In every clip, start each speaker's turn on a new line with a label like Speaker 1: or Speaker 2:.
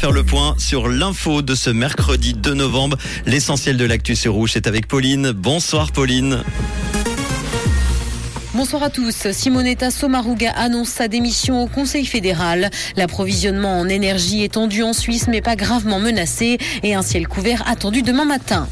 Speaker 1: faire le point sur l'info de ce mercredi 2 novembre. L'essentiel de l'actu sur Rouge est avec Pauline. Bonsoir Pauline.
Speaker 2: Bonsoir à tous. Simonetta Sommaruga annonce sa démission au Conseil fédéral. L'approvisionnement en énergie est tendu en Suisse mais pas gravement menacé et un ciel couvert attendu demain matin.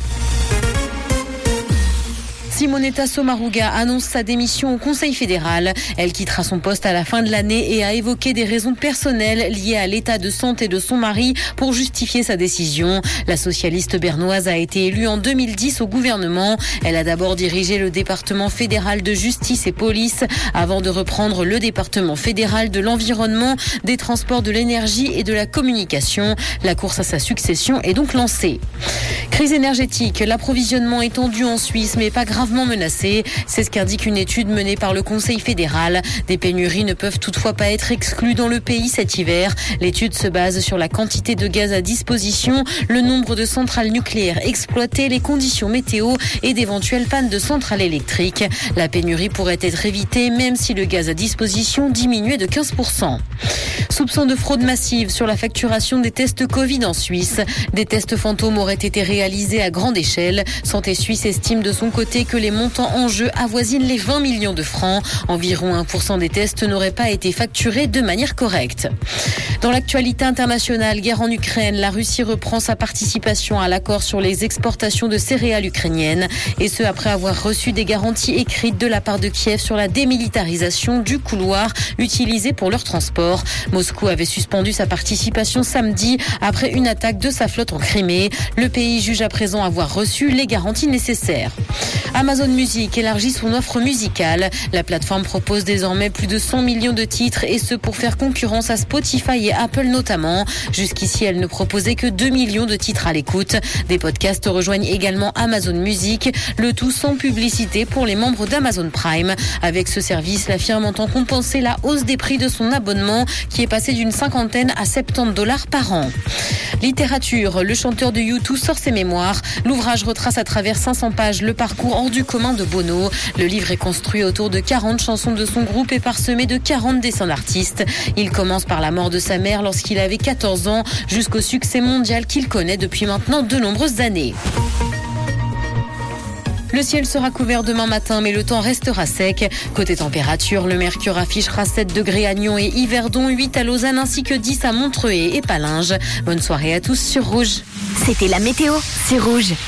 Speaker 2: Simonetta Sommaruga annonce sa démission au Conseil fédéral. Elle quittera son poste à la fin de l'année et a évoqué des raisons personnelles liées à l'état de santé de son mari pour justifier sa décision. La socialiste bernoise a été élue en 2010 au gouvernement. Elle a d'abord dirigé le département fédéral de justice et police avant de reprendre le département fédéral de l'environnement, des transports, de l'énergie et de la communication. La course à sa succession est donc lancée. Crise énergétique, l'approvisionnement est tendu en Suisse mais pas gravement menacé. C'est ce qu'indique une étude menée par le Conseil fédéral. Des pénuries ne peuvent toutefois pas être exclues dans le pays cet hiver. L'étude se base sur la quantité de gaz à disposition, le nombre de centrales nucléaires exploitées, les conditions météo et d'éventuelles pannes de centrales électriques. La pénurie pourrait être évitée même si le gaz à disposition diminuait de 15%. Soupçon de fraude massive sur la facturation des tests Covid en Suisse. Des tests fantômes auraient été réalisés à grande échelle. Santé Suisse estime de son côté que les montants en jeu avoisinent les 20 millions de francs. Environ 1% des tests n'auraient pas été facturés de manière correcte. Dans l'actualité internationale, guerre en Ukraine, la Russie reprend sa participation à l'accord sur les exportations de céréales ukrainiennes. Et ce, après avoir reçu des garanties écrites de la part de Kiev sur la démilitarisation du couloir utilisé pour leur transport. Moscou avait suspendu sa participation samedi après une attaque de sa flotte en Crimée. Le pays juge à présent avoir reçu les garanties nécessaires. Amazon Music élargit son offre musicale. La plateforme propose désormais plus de 100 millions de titres et ce pour faire concurrence à Spotify et Apple notamment. Jusqu'ici, elle ne proposait que 2 millions de titres à l'écoute. Des podcasts rejoignent également Amazon Music, le tout sans publicité pour les membres d'Amazon Prime. Avec ce service, la firme entend compenser la hausse des prix de son abonnement qui est passé d'une 50 à 70 $ par an. Littérature, le chanteur de U2 sort ses mémoires. L'ouvrage retrace à travers 500 pages le parcours hors du commun de Bono. Le livre est construit autour de 40 chansons de son groupe et parsemé de 40 dessins d'artistes. Il commence par la mort de sa mère lorsqu'il avait 14 ans, jusqu'au succès mondial qu'il connaît depuis maintenant de nombreuses années. Le ciel sera couvert demain matin, mais le temps restera sec. Côté température, le mercure affichera 7 degrés à Nyon et Yverdon, 8 à Lausanne ainsi que 10 à Montreuil et Palinges. Bonne soirée à tous sur Rouge.
Speaker 3: C'était la météo, c'est Rouge.